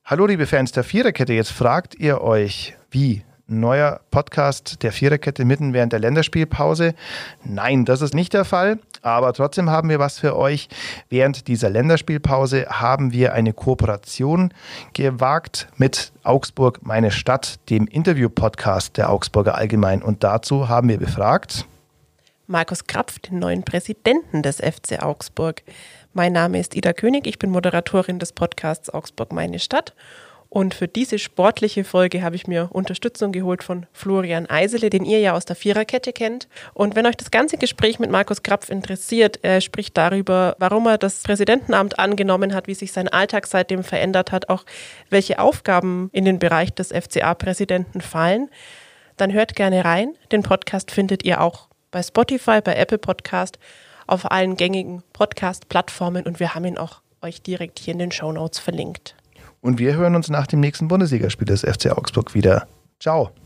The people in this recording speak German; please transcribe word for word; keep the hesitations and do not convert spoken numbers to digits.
Hallo liebe Fans der Viererkette, jetzt fragt ihr euch, wie? Neuer Podcast der Viererkette mitten während der Länderspielpause? Nein, das ist nicht der Fall, aber trotzdem haben wir was für euch. Während dieser Länderspielpause haben wir eine Kooperation gewagt mit Augsburg, meine Stadt, dem Interview-Podcast der Augsburger Allgemein. Und dazu haben wir befragt Markus Krapf, den neuen Präsidenten des F C Augsburg. Mein Name ist Ida König, ich bin Moderatorin des Podcasts Augsburg, meine Stadt. Und für diese sportliche Folge habe ich mir Unterstützung geholt von Florian Eisele, den ihr ja aus der Viererkette kennt. Und wenn euch das ganze Gespräch mit Markus Krapf interessiert, er spricht darüber, warum er das Präsidentenamt angenommen hat, wie sich sein Alltag seitdem verändert hat, auch welche Aufgaben in den Bereich des F C A-Präsidenten fallen, dann hört gerne rein. Den Podcast findet ihr auch bei Spotify, bei Apple Podcast, auf allen gängigen Podcast-Plattformen und wir haben ihn auch euch direkt hier in den Shownotes verlinkt. Und wir hören uns nach dem nächsten Bundesligaspiel des F C Augsburg wieder. Ciao.